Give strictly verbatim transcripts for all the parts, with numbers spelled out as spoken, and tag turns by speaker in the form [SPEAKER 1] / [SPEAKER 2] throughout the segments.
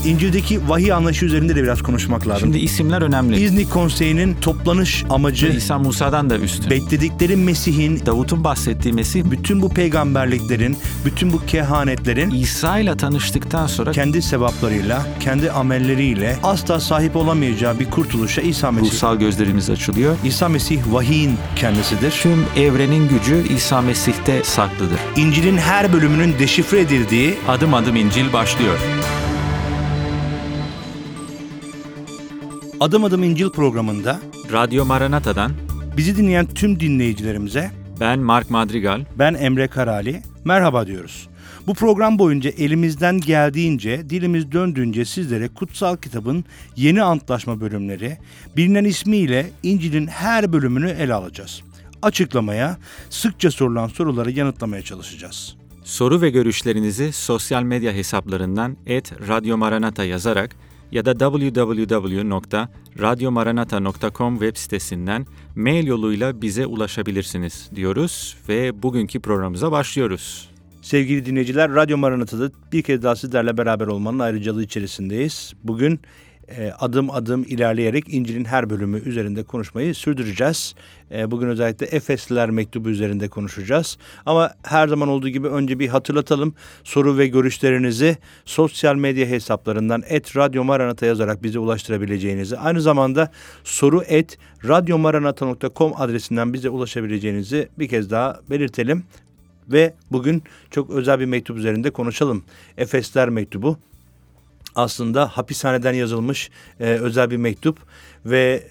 [SPEAKER 1] İncil'deki vahiy anlayışı üzerinde de biraz konuşmak lazım.
[SPEAKER 2] Şimdi isimler önemli.
[SPEAKER 1] İznik Konseyi'nin toplanış amacı,
[SPEAKER 2] İsa Musa'dan da üstün.
[SPEAKER 1] bekledikleri Mesih'in,
[SPEAKER 2] Davut'un bahsettiği Mesih,
[SPEAKER 1] bütün bu peygamberliklerin, bütün bu kehanetlerin
[SPEAKER 2] İsa ile tanıştıktan sonra
[SPEAKER 1] kendi sevaplarıyla, kendi amelleriyle asla sahip olamayacağı bir kurtuluşa İsa Mesih.
[SPEAKER 2] ruhsal gözlerimiz açılıyor.
[SPEAKER 1] İsa Mesih vahiyin kendisidir.
[SPEAKER 2] Tüm evrenin gücü İsa Mesih'te saklıdır.
[SPEAKER 1] İncil'in her bölümünün deşifre edildiği
[SPEAKER 2] Adım adım İncil başlıyor.
[SPEAKER 1] Adım Adım İncil programında
[SPEAKER 2] Radyo Maranata'dan
[SPEAKER 1] bizi dinleyen tüm dinleyicilerimize
[SPEAKER 2] ben Mark Madrigal,
[SPEAKER 1] ben Emre Karali, merhaba diyoruz. Bu program boyunca elimizden geldiğince, dilimiz döndüğünce sizlere kutsal kitabın yeni antlaşma bölümleri, bilinen ismiyle İncil'in her bölümünü ele alacağız. Açıklamaya, sıkça sorulan soruları yanıtlamaya çalışacağız.
[SPEAKER 2] soru ve görüşlerinizi sosyal medya hesaplarından et radyo maranata yazarak ya da double-u double-u double-u nokta radyo maranata nokta com web sitesinden mail yoluyla bize ulaşabilirsiniz diyoruz ve bugünkü programımıza başlıyoruz.
[SPEAKER 1] Sevgili dinleyiciler, Radyo Maranata'da bir kez daha sizlerle beraber olmanın ayrıcalığı içerisindeyiz. Bugün e, adım adım ilerleyerek İncil'in her bölümü üzerinde konuşmayı sürdüreceğiz. E, bugün özellikle Efesliler mektubu üzerinde konuşacağız. Ama her zaman olduğu gibi önce bir hatırlatalım. Soru ve görüşlerinizi sosyal medya hesaplarından et radyo maranata yazarak bize ulaştırabileceğinizi, aynı zamanda soru et radyo maranata nokta com adresinden bize ulaşabileceğinizi bir kez daha belirtelim. Ve bugün çok özel bir mektup üzerinde konuşalım. Efesler mektubu aslında hapishaneden yazılmış e, özel bir mektup ve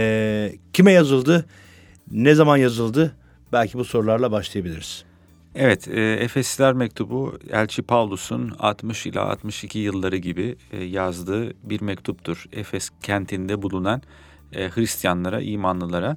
[SPEAKER 1] e, kime yazıldı, ne zaman yazıldı, belki bu sorularla başlayabiliriz.
[SPEAKER 2] Evet, e, Efesliler mektubu Elçi Pavlus'un altmış ila altmış iki yılları gibi e, yazdığı bir mektuptur. Efes kentinde bulunan e, Hristiyanlara, imanlılara.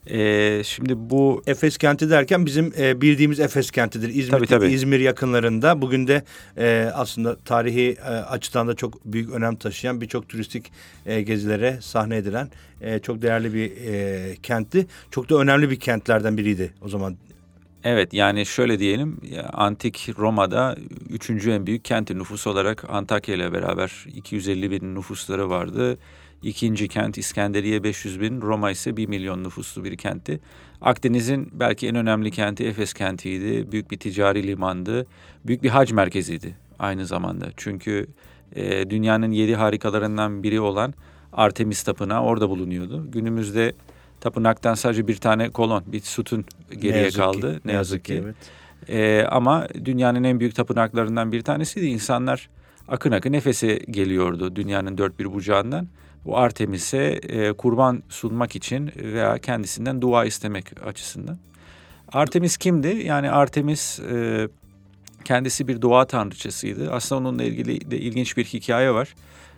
[SPEAKER 2] E, şimdi bu
[SPEAKER 1] Efes kenti derken bizim e, bildiğimiz Efes kentidir. İzmir,
[SPEAKER 2] tabii, tabii.
[SPEAKER 1] İzmir yakınlarında. Bugün de e, aslında tarihi e, açıdan da çok büyük önem taşıyan, birçok turistik e, gezilere sahne edilen e, çok değerli bir e, kentti. Çok da önemli bir kentlerden biriydi o zaman.
[SPEAKER 2] Evet, yani şöyle diyelim, antik Roma'da üçüncü en büyük kenti, nüfus olarak Antakya ile beraber iki yüz elli bin nüfusları vardı. İkinci kent İskenderiye beş yüz bin, Roma ise bir milyon nüfuslu bir kentti. Akdeniz'in belki en önemli kenti Efes kentiydi. Büyük bir ticari limandı. Büyük bir hac merkeziydi aynı zamanda. Çünkü e, dünyanın yedi harikalarından biri olan Artemis Tapınağı orada bulunuyordu. Günümüzde tapınaktan sadece bir tane kolon, bir sütun geriye
[SPEAKER 1] ne
[SPEAKER 2] kaldı.
[SPEAKER 1] Ki,
[SPEAKER 2] ne yazık ki.
[SPEAKER 1] Evet.
[SPEAKER 2] E, ama dünyanın en büyük tapınaklarından bir tanesiydi. İnsanlar akın akın Efes'e geliyordu dünyanın dört bir bucağından. Bu Artemis'e e, kurban sunmak için veya kendisinden dua istemek açısından. Artemis kimdi? Yani Artemis e, kendisi bir doğa tanrıçasıydı. Aslında onunla ilgili de ilginç bir hikaye var.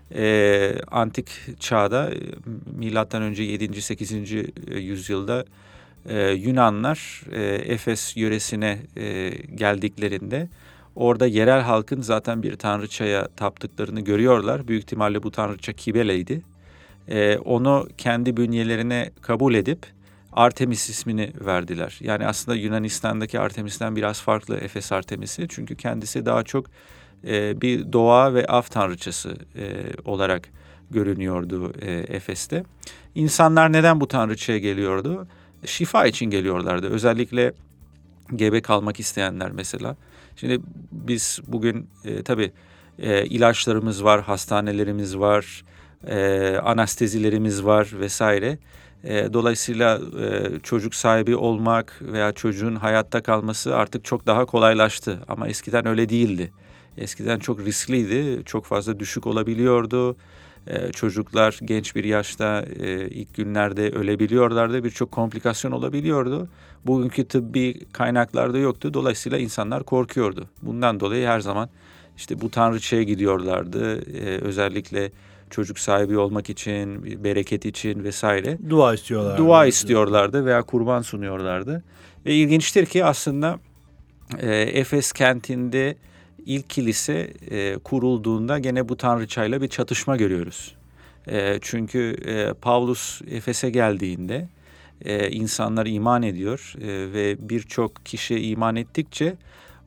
[SPEAKER 2] E, antik çağda, milattan önce yedinci sekizinci yüzyılda e, Yunanlar e, Efes yöresine e, geldiklerinde orada yerel halkın zaten bir tanrıçaya taptıklarını görüyorlar. Büyük ihtimalle bu tanrıça Kibele'ydi. Ee, onu kendi bünyelerine kabul edip Artemis ismini verdiler. Yani aslında Yunanistan'daki Artemis'ten biraz farklı Efes Artemis'i. Çünkü kendisi daha çok e, bir doğa ve av tanrıçası e, olarak görünüyordu e, Efes'te. İnsanlar neden bu tanrıçaya geliyordu? Şifa için geliyorlardı. Özellikle gebe kalmak isteyenler mesela. Şimdi biz bugün e, tabii e, ilaçlarımız var, hastanelerimiz var, e, anestezilerimiz var vesaire. E, dolayısıyla e, çocuk sahibi olmak veya çocuğun hayatta kalması artık çok daha kolaylaştı. Ama eskiden öyle değildi. Eskiden çok riskliydi, çok fazla düşük olabiliyordu. E, çocuklar genç bir yaşta e, ilk günlerde ölebiliyorlardı, birçok komplikasyon olabiliyordu. Bugünkü tıbbi kaynaklarda yoktu. Dolayısıyla insanlar korkuyordu. Bundan dolayı her zaman işte bu tanrıçaya gidiyorlardı. Ee, özellikle çocuk sahibi olmak için, bereket için vesaire.
[SPEAKER 1] Dua istiyorlardı.
[SPEAKER 2] Dua istiyorlardı veya kurban sunuyorlardı. Ve ilginçtir ki aslında e, Efes kentinde ilk kilise e, kurulduğunda gene bu tanrıçayla bir çatışma görüyoruz. E, çünkü e, Pavlus Efes'e geldiğinde Ee, insanlar iman ediyor ee, ve birçok kişi iman ettikçe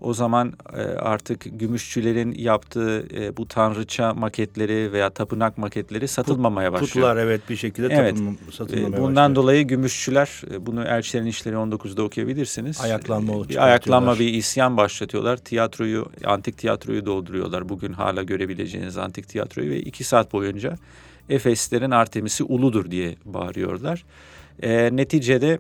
[SPEAKER 2] O zaman e, artık gümüşçülerin yaptığı e, bu tanrıça maketleri veya tapınak maketleri satılmamaya başlıyor.
[SPEAKER 1] Putlar evet bir şekilde
[SPEAKER 2] evet.
[SPEAKER 1] tapın, satılmamaya
[SPEAKER 2] Bundan
[SPEAKER 1] başlıyor.
[SPEAKER 2] Bundan dolayı gümüşçüler, bunu Elçilerin İşleri on dokuzda okuyabilirsiniz.
[SPEAKER 1] Ayaklanma
[SPEAKER 2] bir ayaklanma, bir isyan başlatıyorlar. Tiyatroyu, antik tiyatroyu dolduruyorlar. Bugün hala görebileceğiniz antik tiyatroyu ve iki saat boyunca Efeslerin Artemis'i uludur diye bağırıyorlar. E, neticede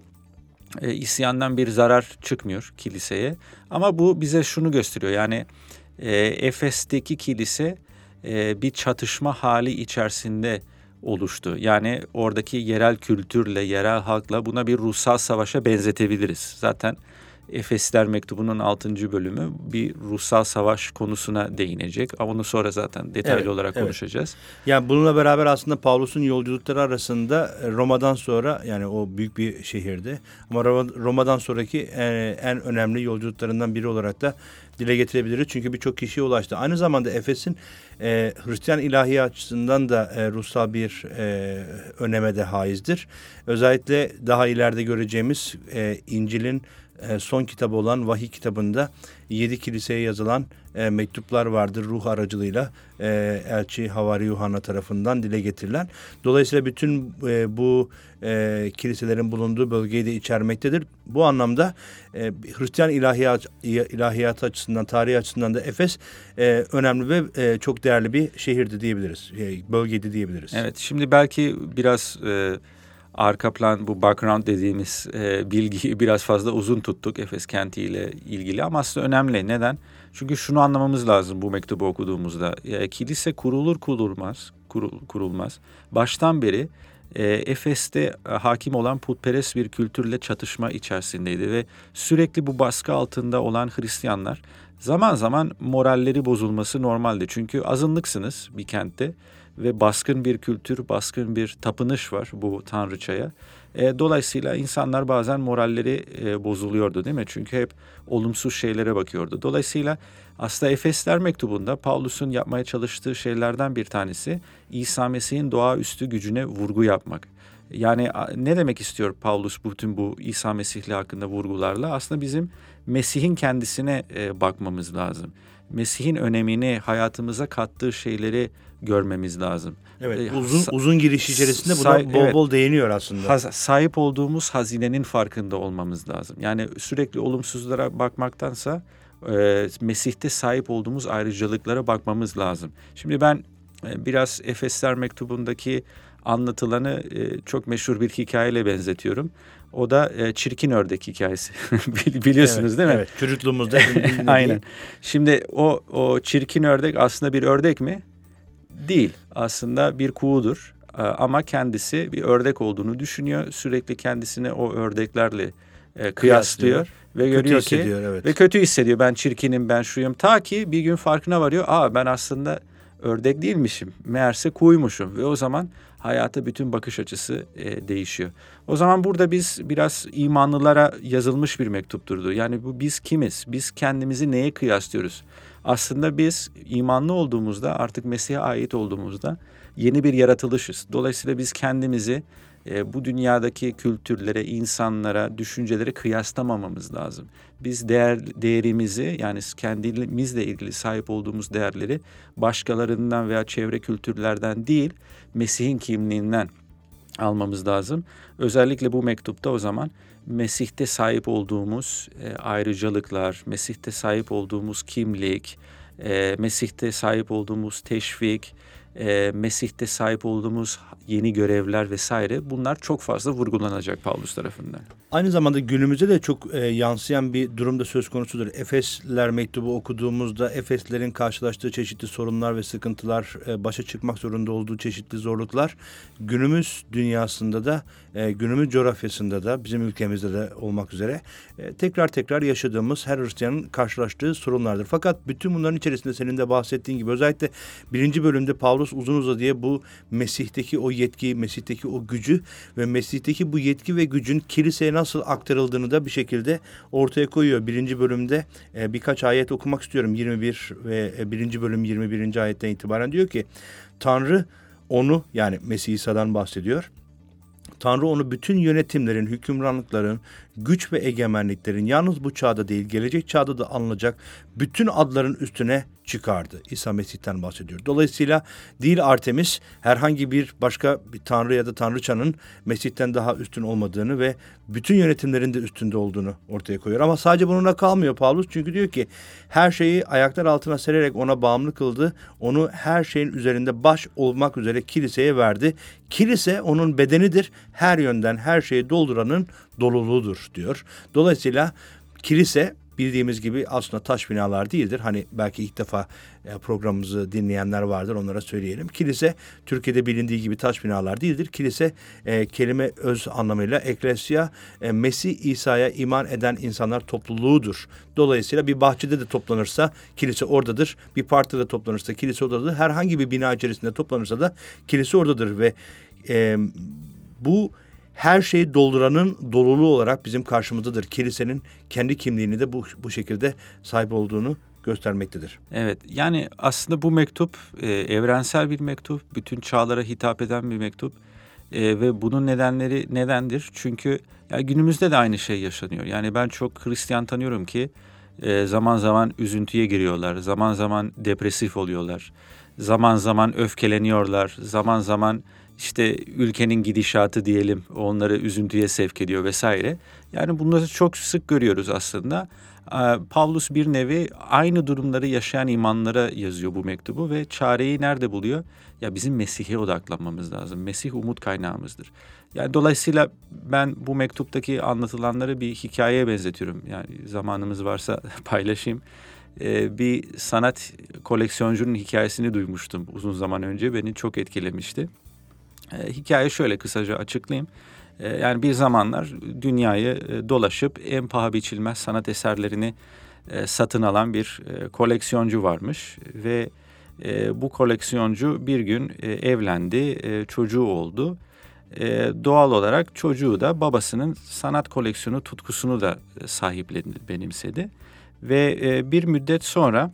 [SPEAKER 2] e, isyandan bir zarar çıkmıyor kiliseye. Ama bu bize şunu gösteriyor. Yani e, Efes'teki kilise e, bir çatışma hali içerisinde oluştu. Yani oradaki yerel kültürle, yerel halkla buna bir ruhsal savaşa benzetebiliriz. Zaten Efesler mektubunun altıncı bölümü bir ruhsal savaş konusuna değinecek. Ama onu sonra zaten detaylı
[SPEAKER 1] evet,
[SPEAKER 2] olarak
[SPEAKER 1] evet.
[SPEAKER 2] konuşacağız.
[SPEAKER 1] Yani bununla beraber aslında Pavlus'un yolculukları arasında Roma'dan sonra, yani o büyük bir şehirdi. Ama Roma'dan sonraki en, en önemli yolculuklarından biri olarak da dile getirebiliriz. Çünkü birçok kişiye ulaştı. Aynı zamanda Efes'in e, Hristiyan ilahi açısından da e, ruhsal bir e, öneme de haizdir. Özellikle daha ileride göreceğimiz e, İncil'in e, son kitabı olan Vahiy kitabında yedi kiliseye yazılan e, mektuplar vardır ruh aracılığıyla e, elçi Havari Yuhanna tarafından dile getirilen. Dolayısıyla bütün e, bu e, kiliselerin bulunduğu bölgeyi de içermektedir. Bu anlamda e, Hristiyan ilahiyat, ilahiyat açısından, tarihi açısından da Efes e, önemli ve e, çok değerli bir şehirdi diyebiliriz. E, bölgeydi diyebiliriz.
[SPEAKER 2] Evet, şimdi belki biraz e, arka plan, bu background dediğimiz e, bilgiyi biraz fazla uzun tuttuk Efes kentiyle ilgili ama aslında önemli. Neden? Çünkü şunu anlamamız lazım bu mektubu okuduğumuzda. E, kilise kurulur kurulmaz, kurul, kurulmaz. Baştan beri e, Efes'te e, hakim olan putperest bir kültürle çatışma içerisindeydi ve sürekli bu baskı altında olan Hristiyanlar zaman zaman moralleri bozulması normaldi. Çünkü azınlıksınız bir kentte. Ve baskın bir kültür, baskın bir tapınış var bu tanrıçaya. E, dolayısıyla insanlar bazen moralleri e, bozuluyordu değil mi? Çünkü hep olumsuz şeylere bakıyordu. Dolayısıyla aslında Efesler mektubunda Pavlus'un yapmaya çalıştığı şeylerden bir tanesi İsa Mesih'in doğaüstü gücüne vurgu yapmak. Yani ne demek istiyor Pavlus bütün bu İsa Mesih'le hakkında vurgularla? Aslında bizim Mesih'in kendisine e, bakmamız lazım. Mesih'in önemini, hayatımıza kattığı şeyleri görmemiz lazım.
[SPEAKER 1] Evet,
[SPEAKER 2] ee,
[SPEAKER 1] uzun
[SPEAKER 2] sa-
[SPEAKER 1] uzun giriş içerisinde
[SPEAKER 2] say-
[SPEAKER 1] buna bol
[SPEAKER 2] evet,
[SPEAKER 1] bol değiniyor aslında.
[SPEAKER 2] Haz- sahip olduğumuz hazinenin farkında olmamız lazım. Yani sürekli olumsuzlara bakmaktansa e, Mesih'te sahip olduğumuz ayrıcalıklara bakmamız lazım. Şimdi ben e, biraz Efesler mektubundaki anlatılanı e, çok meşhur bir hikayeyle benzetiyorum. O da e, çirkin ördek hikayesi. Biliyorsunuz
[SPEAKER 1] evet,
[SPEAKER 2] değil mi?
[SPEAKER 1] Evet, çocukluğumuzda.
[SPEAKER 2] Aynen. Şimdi o o çirkin ördek aslında bir ördek mi? Değil. Aslında bir kuğudur. Ama kendisi bir ördek olduğunu düşünüyor. Sürekli kendisini o ördeklerle e, kıyaslıyor, kıyaslıyor ve görüyor ki
[SPEAKER 1] evet.
[SPEAKER 2] ve kötü hissediyor. Ben çirkinim, ben şuyum. Ta ki bir gün farkına varıyor. Aa, ben aslında ördek değilmişim. Meğerse kuğuymuşum ve o zaman hayata bütün bakış açısı e, değişiyor. O zaman burada biz biraz imanlılara yazılmış bir mektupturdu. Yani bu biz kimiz? Biz kendimizi neye kıyaslıyoruz? Aslında biz imanlı olduğumuzda, artık Mesih'e ait olduğumuzda yeni bir yaratılışız. Dolayısıyla biz kendimizi e, bu dünyadaki kültürlere, insanlara, düşüncelere kıyaslamamamız lazım. Biz değer değerimizi, yani kendimizle ilgili sahip olduğumuz değerleri başkalarından veya çevre kültürlerden değil, Mesih'in kimliğinden almamız lazım. Özellikle bu mektupta o zaman Mesih'te sahip olduğumuz e, ayrıcalıklar, Mesih'te sahip olduğumuz kimlik, e, Mesih'te sahip olduğumuz teşvik, e, Mesih'te sahip olduğumuz yeni görevler vesaire, bunlar çok fazla vurgulanacak Pavlus tarafından.
[SPEAKER 1] Aynı zamanda günümüze de çok e, yansıyan bir durumda söz konusudur. Efesler mektubu okuduğumuzda Efeslerin karşılaştığı çeşitli sorunlar ve sıkıntılar, e, başa çıkmak zorunda olduğu çeşitli zorluklar günümüz dünyasında da, e, günümüz coğrafyasında da, bizim ülkemizde de olmak üzere e, tekrar tekrar yaşadığımız, her Hristiyanın karşılaştığı sorunlardır. Fakat bütün bunların içerisinde senin de bahsettiğin gibi özellikle birinci bölümde Pavlus uzun uzadıya bu Mesih'teki o yetki, Mesih'teki o gücü ve Mesih'teki bu yetki ve gücün kiliseye nasıl aktarıldığını da bir şekilde ortaya koyuyor. Birinci bölümde e, birkaç ayet okumak istiyorum. yirmi bir ve e, birinci bölüm yirmi birinci ayetten itibaren diyor ki Tanrı onu, yani Mesih İsa'dan bahsediyor. Tanrı onu bütün yönetimlerin, hükümranlıkların, güç ve egemenliklerin yalnız bu çağda değil gelecek çağda da anılacak bütün adların üstüne çıkardı. İsa Mesih'ten bahsediyor. Dolayısıyla değil Artemis herhangi bir başka bir tanrı ya da tanrıçanın Mesih'ten daha üstün olmadığını ve bütün yönetimlerin de üstünde olduğunu ortaya koyuyor. Ama sadece bununla kalmıyor Pavlus, çünkü diyor ki her şeyi ayaklar altına sererek ona bağımlı kıldı. Onu her şeyin üzerinde baş olmak üzere kiliseye verdi. Kilise onun bedenidir. Her yönden her şeyi dolduranın doluluğudur diyor. Dolayısıyla kilise bildiğimiz gibi aslında taş binalar değildir. Hani belki ilk defa programımızı dinleyenler vardır, onlara söyleyelim. Kilise Türkiye'de bilindiği gibi taş binalar değildir. Kilise e, kelime öz anlamıyla Eklesia, e, Mesih İsa'ya iman eden insanlar topluluğudur. Dolayısıyla bir bahçede de toplanırsa kilise oradadır. Bir partide de toplanırsa kilise oradadır. Herhangi bir bina içerisinde toplanırsa da kilise oradadır ve e, bu her şeyi dolduranın doluluğu olarak bizim karşımızdadır. Kilisenin kendi kimliğini de bu, bu şekilde sahip olduğunu göstermektedir.
[SPEAKER 2] Evet, yani aslında bu mektup e, evrensel bir mektup, bütün çağlara hitap eden bir mektup e, ve bunun nedenleri nedendir? Çünkü yani günümüzde de aynı şey yaşanıyor. Yani ben çok Hristiyan tanıyorum ki e, zaman zaman üzüntüye giriyorlar, zaman zaman depresif oluyorlar, zaman zaman öfkeleniyorlar, zaman zaman İşte ülkenin gidişatı diyelim onları üzüntüye sevk ediyor vesaire. Yani bunları çok sık görüyoruz aslında. Pavlus bir nevi aynı durumları yaşayan imanlara yazıyor bu mektubu ve çareyi nerede buluyor? Ya bizim Mesih'e odaklanmamız lazım. Mesih umut kaynağımızdır. Yani dolayısıyla ben bu mektuptaki anlatılanları bir hikayeye benzetiyorum. Yani zamanımız varsa paylaşayım. Ee, bir sanat koleksiyoncunun hikayesini duymuştum uzun zaman önce. Beni çok etkilemişti. E, hikaye şöyle kısaca açıklayayım. E, yani bir zamanlar dünyayı e, dolaşıp en paha biçilmez sanat eserlerini e, satın alan bir e, koleksiyoncu varmış. Ve e, bu koleksiyoncu bir gün e, evlendi, e, çocuğu oldu. E, doğal olarak çocuğu da babasının sanat koleksiyonu tutkusunu da e, sahiplendi, benimsedi. Ve e, bir müddet sonra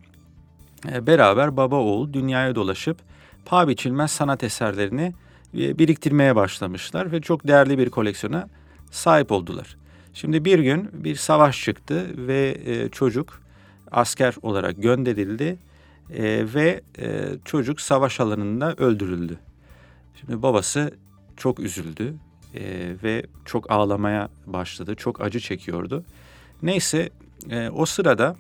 [SPEAKER 2] e, beraber baba oğul dünyaya dolaşıp paha biçilmez sanat eserlerini biriktirmeye başlamışlar ve çok değerli bir koleksiyona sahip oldular. Şimdi bir gün bir savaş çıktı ve e, çocuk asker olarak gönderildi e, ve e, çocuk savaş alanında öldürüldü. Şimdi babası çok üzüldü e, ve çok ağlamaya başladı, çok acı çekiyordu. Neyse e, o sırada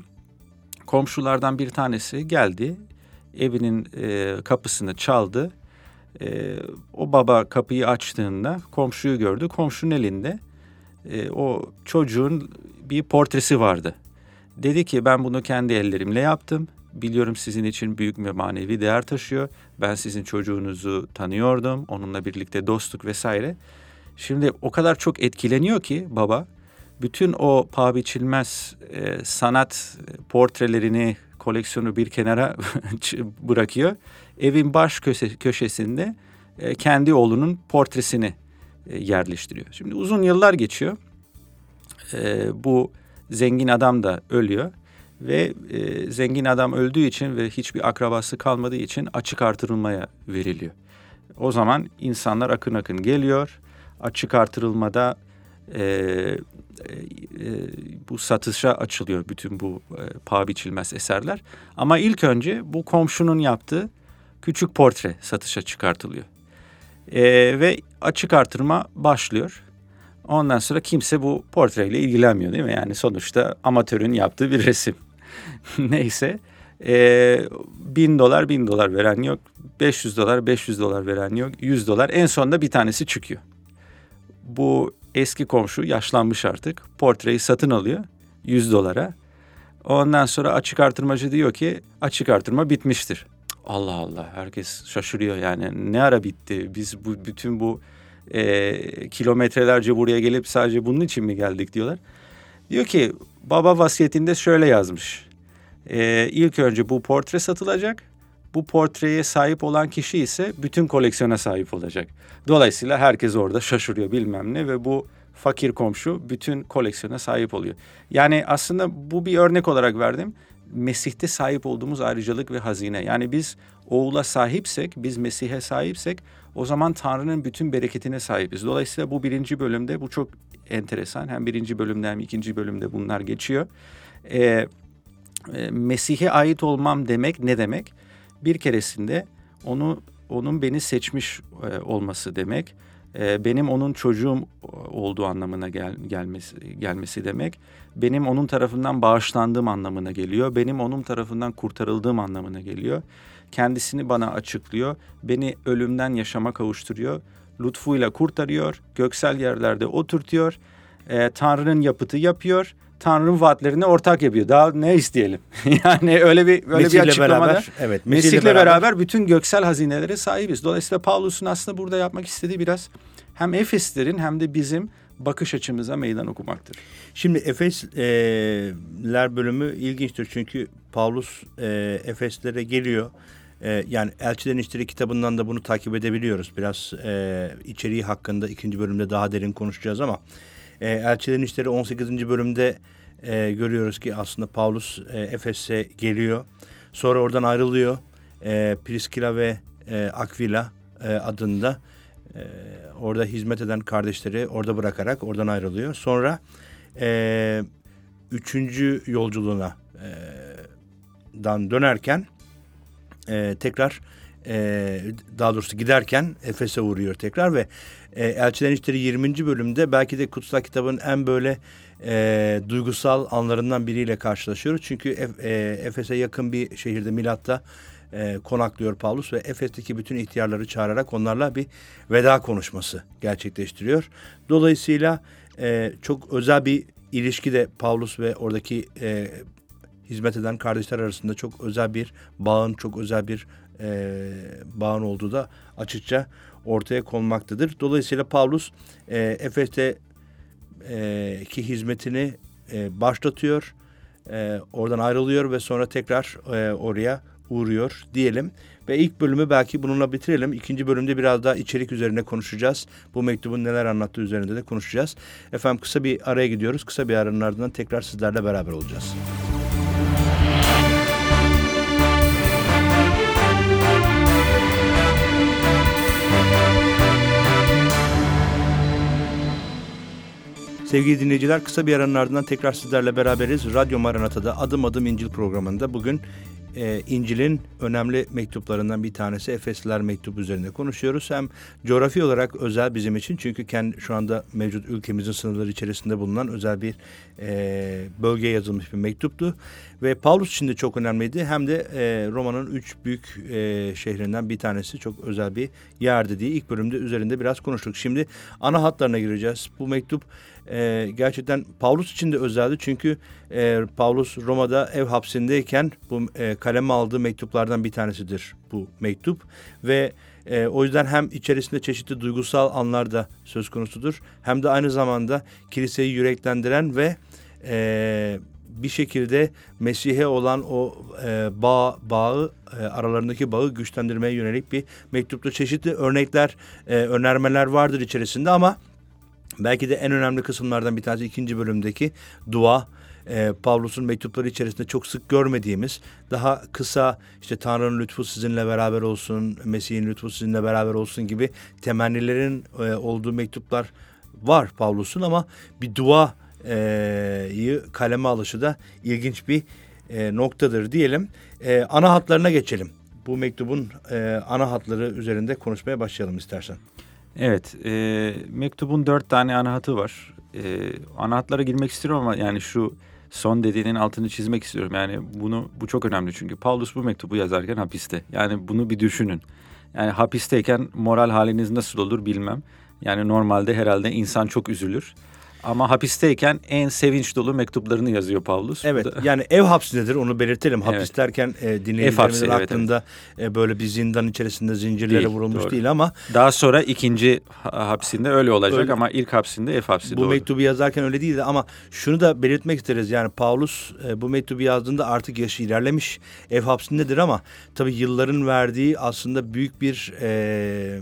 [SPEAKER 2] komşulardan bir tanesi geldi, evinin e, kapısını çaldı. Ee, o baba kapıyı açtığında komşuyu gördü. Komşunun elinde e, o çocuğun bir portresi vardı. Dedi ki ben bunu kendi ellerimle yaptım. Biliyorum sizin için büyük bir manevi değer taşıyor. Ben sizin çocuğunuzu tanıyordum. Onunla birlikte dostluk vesaire. Şimdi o kadar çok etkileniyor ki baba. Bütün o paha biçilmez e, sanat portrelerini, koleksiyonu bir kenara bırakıyor. Evin baş köşe, köşesinde e, kendi oğlunun portresini e, yerleştiriyor. Şimdi uzun yıllar geçiyor. E, bu zengin adam da ölüyor ve e, zengin adam öldüğü için ve hiçbir akrabası kalmadığı için açık artırılmaya veriliyor. O zaman insanlar akın akın geliyor. Açık artırılmada e, e, bu satışa açılıyor bütün bu e, paha biçilmez eserler. Ama ilk önce bu komşunun yaptığı küçük portre satışa çıkartılıyor. E, ve açık artırma başlıyor. Ondan sonra kimse bu portreyle ilgilenmiyor değil mi? Yani sonuçta amatörün yaptığı bir resim. Neyse e, bin dolar bin dolar veren yok. beş yüz dolar beş yüz dolar veren yok. yüz dolar en sonunda bir tanesi çıkıyor. Bu eski komşu yaşlanmış artık. Portreyi satın alıyor yüz dolara. Ondan sonra açık artırmacı diyor ki açık artırma bitmiştir. Allah Allah, herkes şaşırıyor yani ne ara bitti? Biz bu bütün bu e, kilometrelerce buraya gelip sadece bunun için mi geldik diyorlar. Diyor ki baba vasiyetinde şöyle yazmış. E, ilk önce bu portre satılacak. Bu portreye sahip olan kişi ise bütün koleksiyona sahip olacak. Dolayısıyla herkes orada şaşırıyor bilmem ne ve bu fakir komşu bütün koleksiyona sahip oluyor. Yani aslında bu bir örnek olarak verdim. Mesih'te sahip olduğumuz ayrıcalık ve hazine. Yani biz oğula sahipsek, biz Mesih'e sahipsek o zaman Tanrı'nın bütün bereketine sahibiz. Dolayısıyla bu birinci bölümde bu çok enteresan. Hem birinci bölümde hem ikinci bölümde bunlar geçiyor. E, e, Mesih'e ait olmam demek ne demek? Bir keresinde onu onun beni seçmiş e, olması demek. E, benim onun çocuğum olduğu anlamına gel, gelmesi gelmesi demek. Benim onun tarafından bağışlandığım anlamına geliyor. Benim onun tarafından kurtarıldığım anlamına geliyor. Kendisini bana açıklıyor. Beni ölümden yaşama kavuşturuyor. Lütfuyla kurtarıyor. Göksel yerlerde oturtuyor. E, Tanrı'nın yapıtı yapıyor. Tanrı'nın vaatlerine ortak yapıyor. Daha ne isteyelim? Yani öyle bir öyle
[SPEAKER 1] Mesih'le
[SPEAKER 2] bir açıklamada.
[SPEAKER 1] Beraber, evet,
[SPEAKER 2] Mesih'le,
[SPEAKER 1] Mesih'le
[SPEAKER 2] beraber,
[SPEAKER 1] beraber
[SPEAKER 2] bütün göksel hazinelere sahibiz. Dolayısıyla Pavlus'un aslında burada yapmak istediği biraz hem Efeslerin hem de bizim bakış açımıza meydan okumaktır.
[SPEAKER 1] Şimdi Efesler bölümü ilginçtir çünkü Pavlus e, Efeslere geliyor. E, yani Elçilerin İşleri kitabından da bunu takip edebiliyoruz. Biraz e, içeriği hakkında ikinci bölümde daha derin konuşacağız ama e, Elçilerin İşleri on sekizinci bölümde e, görüyoruz ki aslında Pavlus e, Efes'e geliyor. Sonra oradan ayrılıyor. E, Priskila ve e, Aquila e, adında e, orada hizmet eden kardeşleri orada bırakarak oradan ayrılıyor. Sonra e, üçüncü yolculuğuna e, dan dönerken e, tekrar e, daha doğrusu giderken Efes'e uğruyor tekrar ve e, Elçilerin İşleri yirminci bölümde belki de kutsal kitabın en böyle e, duygusal anlarından biriyle karşılaşıyoruz. Çünkü e, e, Efes'e yakın bir şehirde Milat'ta e, konaklıyor Pavlus ve Efes'teki bütün ihtiyarları çağırarak onlarla bir veda konuşması gerçekleştiriyor. Dolayısıyla e, çok özel bir ilişki de Pavlus ve oradaki e, hizmet eden kardeşler arasında çok özel bir bağın, çok özel bir e, bağın olduğu da açıkça ortaya konmaktadır. Dolayısıyla Pavlus e, Efes'te e, ki hizmetini e, başlatıyor, e, oradan ayrılıyor ve sonra tekrar e, oraya uğruyor diyelim. Ve ilk bölümü belki bununla bitirelim. İkinci bölümde biraz daha içerik üzerine konuşacağız. Bu mektubun neler anlattığı üzerinde de konuşacağız. Efendim kısa bir araya gidiyoruz. Kısa bir aranın ardından tekrar sizlerle beraber olacağız. Sevgili dinleyiciler, kısa bir aranın ardından tekrar sizlerle beraberiz. Radyo Maranata'da Adım Adım İncil programında bugün e, İncil'in önemli mektuplarından bir tanesi Efesliler mektubu üzerinde konuşuyoruz. Hem coğrafi olarak özel bizim için çünkü kendi şu anda mevcut ülkemizin sınırları içerisinde bulunan özel bir e, bölgeye yazılmış bir mektuptu. Ve Pavlus için de çok önemliydi. Hem de e, Roma'nın üç büyük e, şehrinden bir tanesi çok özel bir yerdi diye ilk bölümde üzerinde biraz konuştuk. Şimdi ana hatlarına gireceğiz. Bu mektup e, gerçekten Pavlus için de özeldi. Çünkü e, Pavlus Roma'da ev hapsindeyken bu e, kaleme aldığı mektuplardan bir tanesidir bu mektup. Ve e, o yüzden hem içerisinde çeşitli duygusal anlar da söz konusudur. Hem de aynı zamanda kiliseyi yüreklendiren ve e, bir şekilde Mesih'e olan o e, bağ, bağı, e, aralarındaki bağı güçlendirmeye yönelik bir mektupta çeşitli örnekler, e, önermeler vardır içerisinde ama belki de en önemli kısımlardan bir tanesi ikinci bölümdeki dua. E, Pavlus'un mektupları içerisinde çok sık görmediğimiz, daha kısa işte Tanrı'nın lütfu sizinle beraber olsun, Mesih'in lütfu sizinle beraber olsun gibi temennilerin e, olduğu mektuplar var Pavlus'un ama bir dua E, kaleme alışı da ilginç bir e, noktadır diyelim. E, ana hatlarına geçelim. Bu mektubun e, ana hatları üzerinde konuşmaya başlayalım istersen.
[SPEAKER 2] Evet, e, mektubun dört tane ana hatı var. E, ana hatlara girmek istiyorum ama yani şu son dediğinin altını çizmek istiyorum. Yani bunu bu çok önemli çünkü Pavlus bu mektubu yazarken hapiste. Yani bunu bir düşünün. Yani hapisteyken moral haliniz nasıl olur bilmem. Yani normalde herhalde insan çok üzülür. Ama hapisteyken en sevinç dolu mektuplarını yazıyor Pavlus.
[SPEAKER 1] Evet
[SPEAKER 2] da...
[SPEAKER 1] yani ev hapsindedir onu belirtelim.
[SPEAKER 2] Evet.
[SPEAKER 1] Hapis derken e, dinleyicilerimizin
[SPEAKER 2] hapsi,
[SPEAKER 1] aklında evet, evet. E, böyle bir zindan içerisinde zincirlere değil, vurulmuş doğru. değil ama.
[SPEAKER 2] Daha sonra ikinci hapsinde öyle olacak öyle. Ama ilk hapsinde ev hapsi.
[SPEAKER 1] Bu
[SPEAKER 2] doğru.
[SPEAKER 1] mektubu yazarken öyle değildi ama şunu da belirtmek isteriz. Yani Pavlus e, bu mektubu yazdığında artık yaşı ilerlemiş, ev hapsindedir ama tabii yılların verdiği aslında büyük bir... E,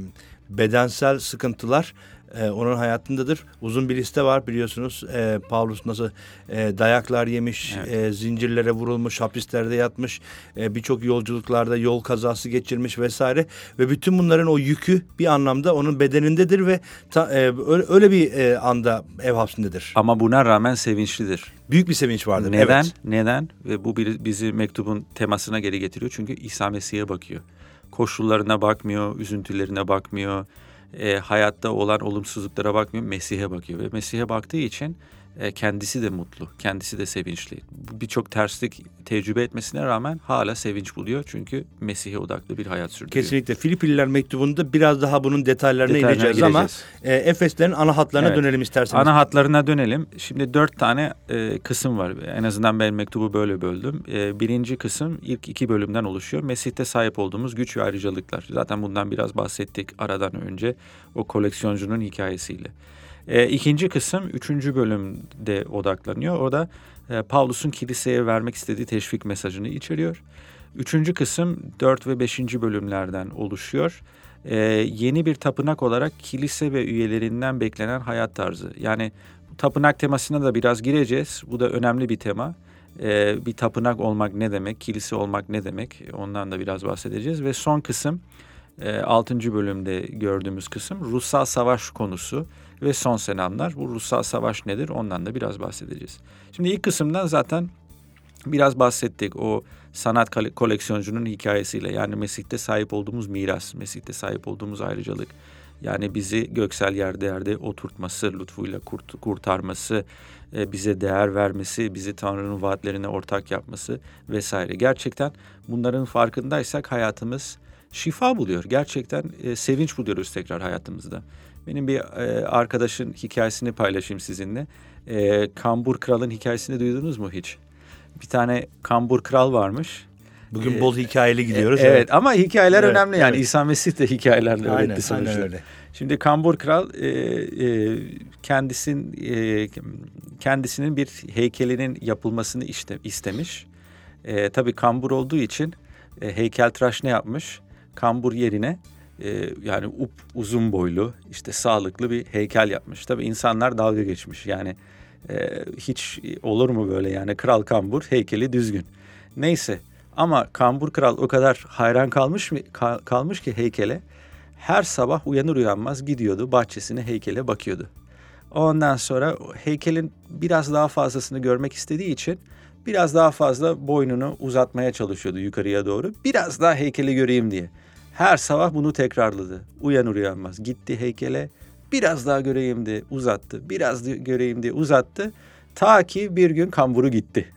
[SPEAKER 1] bedensel sıkıntılar e, onun hayatındadır. Uzun bir liste var biliyorsunuz. E, Pavlus nasıl e, dayaklar yemiş, evet. e, zincirlere vurulmuş, hapislerde yatmış, e, birçok yolculuklarda yol kazası geçirmiş vesaire. Ve bütün bunların o yükü bir anlamda onun bedenindedir ve ta, e, öyle, öyle bir e, anda ev hapsindedir.
[SPEAKER 2] Ama buna rağmen sevinçlidir.
[SPEAKER 1] Büyük bir sevinç vardır.
[SPEAKER 2] Neden?
[SPEAKER 1] Evet.
[SPEAKER 2] Neden? Ve bu bizi mektubun temasına geri getiriyor. Çünkü İsa Mesih'e bakıyor. Koşullarına bakmıyor, üzüntülerine bakmıyor, e, hayatta olan olumsuzluklara bakmıyor, Mesih'e bakıyor. Ve Mesih'e baktığı için e, kendisi de mutlu, kendisi de sevinçli. Birçok terslik tecrübe etmesine rağmen hala sevinç buluyor. Çünkü Mesih'e odaklı bir hayat sürdürüyor.
[SPEAKER 1] Kesinlikle. Filipililer mektubunda biraz daha bunun detaylarına, detaylarına ineceğiz gireceğiz. Ama e, Efeslerin ana hatlarına evet. dönelim isterseniz.
[SPEAKER 2] Ana hatlarına dönelim. Şimdi dört tane e, kısım var. En azından ben mektubu böyle böldüm. E, birinci kısım ilk iki bölümden oluşuyor. Mesih'te sahip olduğumuz güç ve ayrıcalıklar. Zaten bundan biraz bahsettik aradan önce o koleksiyoncunun hikayesiyle. E, ikinci kısım üçüncü bölümde odaklanıyor. O da e, Pavlus'un kiliseye vermek istediği teşvik mesajını içeriyor. Üçüncü kısım dört ve beşinci bölümlerden oluşuyor. E, yeni bir tapınak olarak kilise ve üyelerinden beklenen hayat tarzı. Yani tapınak temasına da biraz gireceğiz. Bu da önemli bir tema. E, bir tapınak olmak ne demek, kilise olmak ne demek, ondan da biraz bahsedeceğiz. Ve son kısım e, altıncı bölümde gördüğümüz kısım ruhsal savaş konusu. Ve son selamlar. Bu ruhsal savaş nedir? Ondan da biraz bahsedeceğiz. Şimdi ilk kısımdan zaten biraz bahsettik. O sanat koleksiyoncunun hikayesiyle. Yani Mesih'te sahip olduğumuz miras, Mesih'te sahip olduğumuz ayrıcalık. Yani bizi göksel yerde yerde oturtması, lütfuyla kurt, kurtarması, e, bize değer vermesi, bizi Tanrı'nın vaatlerine ortak yapması vesaire. Gerçekten bunların farkındaysak hayatımız şifa buluyor. Gerçekten e, sevinç buluyoruz tekrar hayatımızda. Benim bir e, arkadaşın hikayesini paylaşayım sizinle. E, Kambur Kral'ın hikayesini duydunuz mu hiç? Bir tane Kambur Kral varmış.
[SPEAKER 1] Bugün ee, bol hikayeli gidiyoruz.
[SPEAKER 2] Evet, evet. Ama hikayeler evet, önemli yani. Evet. İsa Mesih de hikayelerle
[SPEAKER 1] aynen,
[SPEAKER 2] öğretti sonuçta.
[SPEAKER 1] Aynen öyle.
[SPEAKER 2] Şimdi Kambur Kral e, e, kendisin, e, kendisinin bir heykelinin yapılmasını iste, istemiş. E, tabii kambur olduğu için e, heykeltıraş ne yapmış? Kambur yerine e, yani up, uzun boylu, işte sağlıklı bir heykel yapmış. Tabii insanlar dalga geçmiş. Yani e, hiç olur mu böyle yani kral kambur, heykeli düzgün. Neyse ama Kambur Kral o kadar hayran kalmış mı kal, kalmış ki heykele. Her sabah uyanır uyanmaz gidiyordu bahçesine, heykele bakıyordu. Ondan sonra heykelin biraz daha fazlasını görmek istediği için biraz daha fazla boynunu uzatmaya çalışıyordu yukarıya doğru. Biraz daha heykeli göreyim diye. Her sabah bunu tekrarladı. Uyanır uyanmaz gitti heykele, biraz daha göreyim diye uzattı. Biraz daha göreyim diye uzattı. Ta ki bir gün kamburu gitti.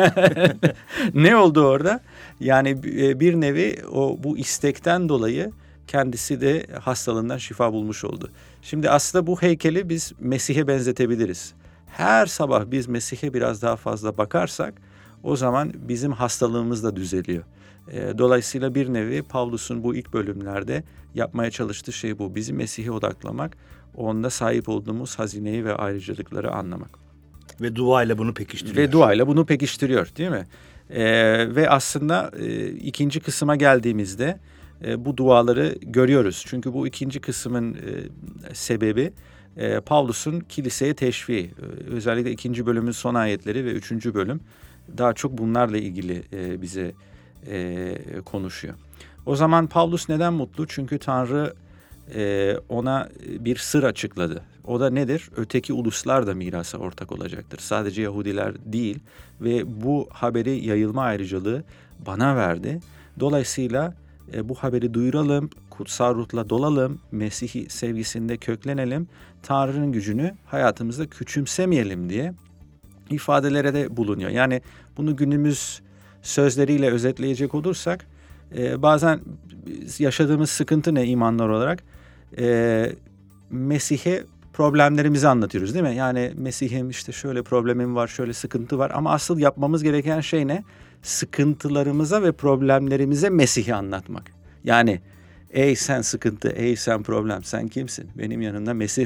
[SPEAKER 2] Ne oldu orada? Yani bir nevi o bu istekten dolayı kendisi de hastalığından şifa bulmuş oldu. Şimdi aslında bu heykeli biz Mesih'e benzetebiliriz. Her sabah biz Mesih'e biraz daha fazla bakarsak o zaman bizim hastalığımız da düzeliyor. Dolayısıyla bir nevi Pavlus'un bu ilk bölümlerde yapmaya çalıştığı şey bu. Bizi Mesih'e odaklamak, onda sahip olduğumuz hazineyi ve ayrıcalıkları anlamak.
[SPEAKER 1] Ve duayla bunu pekiştiriyor.
[SPEAKER 2] Ve duayla bunu pekiştiriyor değil mi? Ee, ve aslında e, ikinci kısma geldiğimizde e, bu duaları görüyoruz. Çünkü bu ikinci kısmın e, sebebi e, Pavlus'un kiliseye teşviği. E, özellikle ikinci bölümün son ayetleri ve üçüncü bölüm daha çok bunlarla ilgili e, bize e, konuşuyor. O zaman Pavlus neden mutlu? Çünkü Tanrı e, ona bir sır açıkladı. O da nedir? Öteki uluslar da mirasa ortak olacaktır. Sadece Yahudiler değil ve bu haberi yayılma ayrıcalığı bana verdi. Dolayısıyla e, bu haberi duyuralım, kutsal ruhla dolalım, Mesih sevgisinde köklenelim, Tanrı'nın gücünü hayatımızda küçümsemeyelim diye ifadelere de bulunuyor. Yani bunu günümüz sözleriyle özetleyecek olursak e, bazen yaşadığımız sıkıntı ne imanlar olarak? E, Mesih'e problemlerimizi anlatıyoruz değil mi? Yani Mesih'im işte şöyle problemim var, şöyle sıkıntı var ama asıl yapmamız gereken şey ne? Sıkıntılarımıza ve problemlerimize Mesih'i anlatmak. Yani ey sen sıkıntı, ey sen problem, sen kimsin? Benim yanımda Mesih var.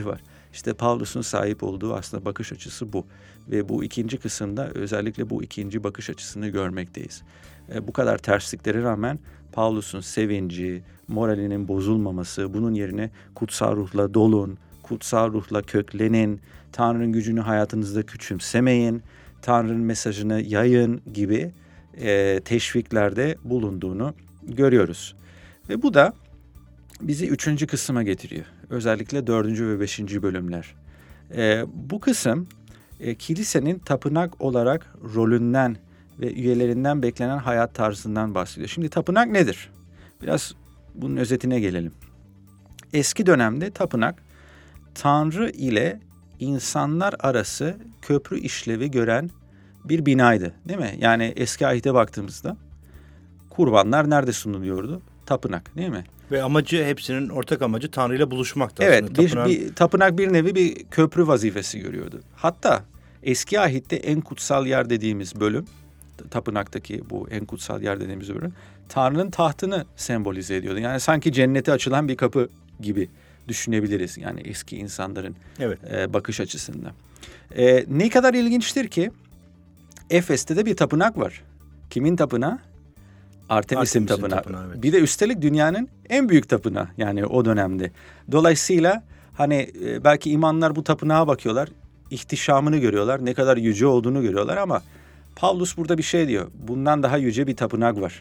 [SPEAKER 2] İşte Paulus'un sahip olduğu aslında bakış açısı bu. Ve bu ikinci kısımda özellikle bu ikinci bakış açısını görmekteyiz. E, bu kadar tersliklere rağmen Paulus'un sevinci, moralinin bozulmaması, bunun yerine kutsal ruhla dolun, kutsal ruhla köklenin, Tanrı'nın gücünü hayatınızda küçümsemeyin, Tanrı'nın mesajını yayın gibi e, teşviklerde bulunduğunu görüyoruz. Ve bu da bizi üçüncü kısma getiriyor. Özellikle dördüncü ve beşinci bölümler. E, bu kısım e, kilisenin tapınak olarak rolünden ve üyelerinden beklenen hayat tarzından bahsediyor. Şimdi tapınak nedir? Biraz bunun özetine gelelim. Eski dönemde tapınak, Tanrı ile insanlar arası köprü işlevi gören bir binaydı, değil mi? Yani eski ahite baktığımızda kurbanlar nerede sunuluyordu? Tapınak, değil mi?
[SPEAKER 1] Ve amacı, hepsinin ortak amacı Tanrı ile buluşmaktı
[SPEAKER 2] evet,
[SPEAKER 1] aslında.
[SPEAKER 2] Bir,
[SPEAKER 1] Tapınağın...
[SPEAKER 2] bir, tapınak bir nevi bir köprü vazifesi görüyordu. Hatta eski ahitte en kutsal yer dediğimiz bölüm, tapınaktaki bu en kutsal yer dediğimiz bölüm, Tanrı'nın tahtını sembolize ediyordu. Yani sanki cennete açılan bir kapı gibi düşünebiliriz. Yani eski insanların
[SPEAKER 1] evet.
[SPEAKER 2] e, bakış açısından. E, ne kadar ilginçtir ki Efes'te de bir tapınak var. Kimin tapınağı? Artemis'in, Artemis'in tapınağı. tapınağı evet. Bir de üstelik dünyanın en büyük tapınağı yani o dönemde. Dolayısıyla hani e, belki imanlar bu tapınağa bakıyorlar, ihtişamını görüyorlar, ne kadar yüce olduğunu görüyorlar ama Pavlus burada bir şey diyor. Bundan daha yüce bir tapınak var.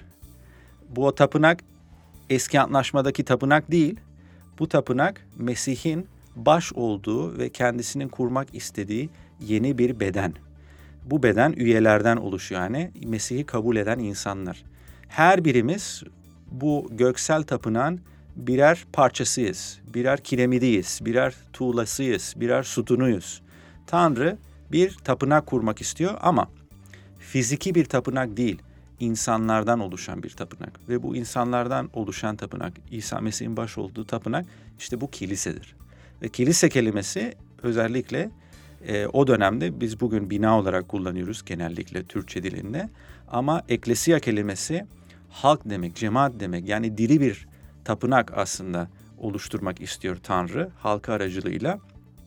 [SPEAKER 2] Bu o tapınak eski antlaşmadaki tapınak değil. Bu tapınak Mesih'in baş olduğu ve kendisinin kurmak istediği yeni bir beden. Bu beden üyelerden oluşuyor yani Mesih'i kabul eden insanlar. Her birimiz bu göksel tapınağın birer parçasıyız, birer kiremidiyiz, birer tuğlasıyız, birer sütunuyuz. Tanrı bir tapınak kurmak istiyor ama fiziki bir tapınak değil, insanlardan oluşan bir tapınak. Ve bu insanlardan oluşan tapınak, İsa Mesih'in baş olduğu tapınak işte bu kilisedir. Ve kilise kelimesi özellikle e, o dönemde biz bugün bina olarak kullanıyoruz genellikle Türkçe dilinde. Ama eklesiya kelimesi halk demek, cemaat demek. Yani diri bir tapınak aslında oluşturmak istiyor Tanrı halkı aracılığıyla.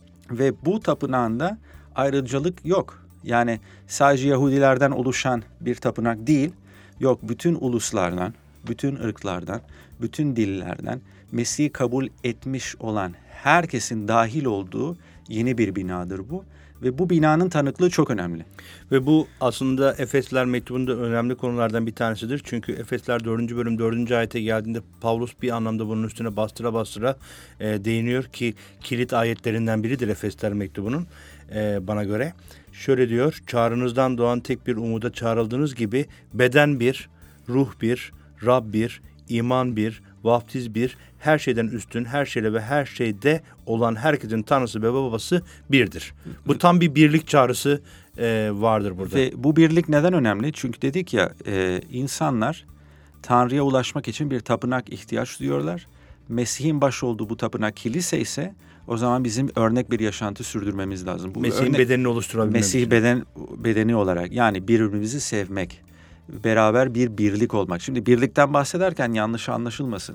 [SPEAKER 2] Ve bu tapınağında ayrıcalık yok. Yani sadece Yahudilerden oluşan bir tapınak değil. Yok, bütün uluslardan, bütün ırklardan, bütün dillerden Mesih'i kabul etmiş olan herkesin dahil olduğu yeni bir binadır bu. Ve bu binanın tanıklığı çok önemli.
[SPEAKER 1] Ve bu aslında Efesler mektubunda önemli konulardan bir tanesidir. Çünkü Efesler dördüncü bölüm dördüncü ayete geldiğinde Pavlus bir anlamda bunun üstüne bastıra bastıra e, değiniyor ki kilit ayetlerinden biridir Efesler mektubunun e, bana göre. Şöyle diyor, çağrınızdan doğan tek bir umuda çağrıldığınız gibi beden bir, ruh bir, Rab bir, iman bir, vaftiz bir, her şeyden üstün, her şeyle ve her şeyde olan herkesin Tanrısı ve babası birdir. Bu tam bir birlik çağrısı e, vardır burada.
[SPEAKER 2] Ve bu birlik neden önemli? Çünkü dedik ya e, insanlar Tanrı'ya ulaşmak için bir tapınak ihtiyaç duyuyorlar. Mesih'in baş olduğu bu tapınak kilise ise o zaman bizim örnek bir yaşantı sürdürmemiz lazım. Bu
[SPEAKER 1] Mesih'in
[SPEAKER 2] örnek,
[SPEAKER 1] bedenini oluşturabilmemiz
[SPEAKER 2] Mesih
[SPEAKER 1] için.
[SPEAKER 2] beden bedeni olarak yani birbirimizi sevmek, beraber bir birlik olmak. Şimdi birlikten bahsederken yanlış anlaşılmasın.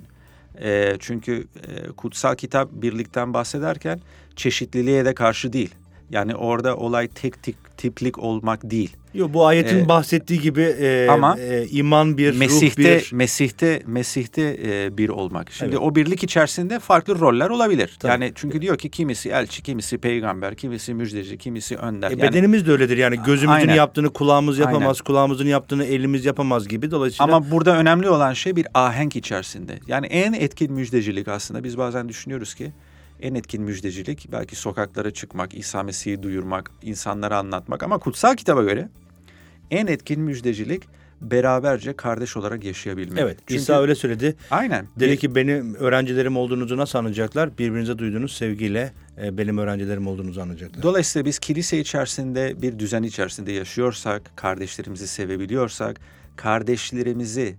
[SPEAKER 2] E, çünkü e, kutsal kitap birlikten bahsederken çeşitliliğe de karşı değil. Yani orada olay tek tip, tiplik olmak değil.
[SPEAKER 1] Yok, bu ayetin ee, bahsettiği gibi e,
[SPEAKER 2] ama
[SPEAKER 1] e, iman bir,
[SPEAKER 2] Mesih'te,
[SPEAKER 1] ruh bir.
[SPEAKER 2] Mesih'te, Mesih'te e, bir olmak. Şimdi
[SPEAKER 1] evet.
[SPEAKER 2] o birlik içerisinde farklı roller olabilir.
[SPEAKER 1] Tabii.
[SPEAKER 2] Yani çünkü diyor ki kimisi elçi, kimisi peygamber, kimisi müjdeci, kimisi önder.
[SPEAKER 1] E,
[SPEAKER 2] yani,
[SPEAKER 1] bedenimiz de öyledir yani gözümüzün aynen. yaptığını kulağımız yapamaz, aynen. kulağımızın yaptığını elimiz yapamaz gibi. Dolayısıyla.
[SPEAKER 2] Ama burada önemli olan şey bir ahenk içerisinde. Yani en etkin müjdecilik aslında biz bazen düşünüyoruz ki en etkin müjdecilik belki sokaklara çıkmak, İsa Mesih'i duyurmak, insanlara anlatmak ama kutsal kitaba göre en etkin müjdecilik beraberce kardeş olarak yaşayabilmek.
[SPEAKER 1] Evet, Çünkü, İsa öyle söyledi.
[SPEAKER 2] Aynen.
[SPEAKER 1] Dedi bir, ki benim öğrencilerim olduğunuzu nasıl anlayacaklar? Birbirinize duyduğunuz sevgiyle e, benim öğrencilerim olduğunuzu anlayacaklar.
[SPEAKER 2] Dolayısıyla biz kilise içerisinde bir düzen içerisinde yaşıyorsak, kardeşlerimizi sevebiliyorsak, kardeşlerimizi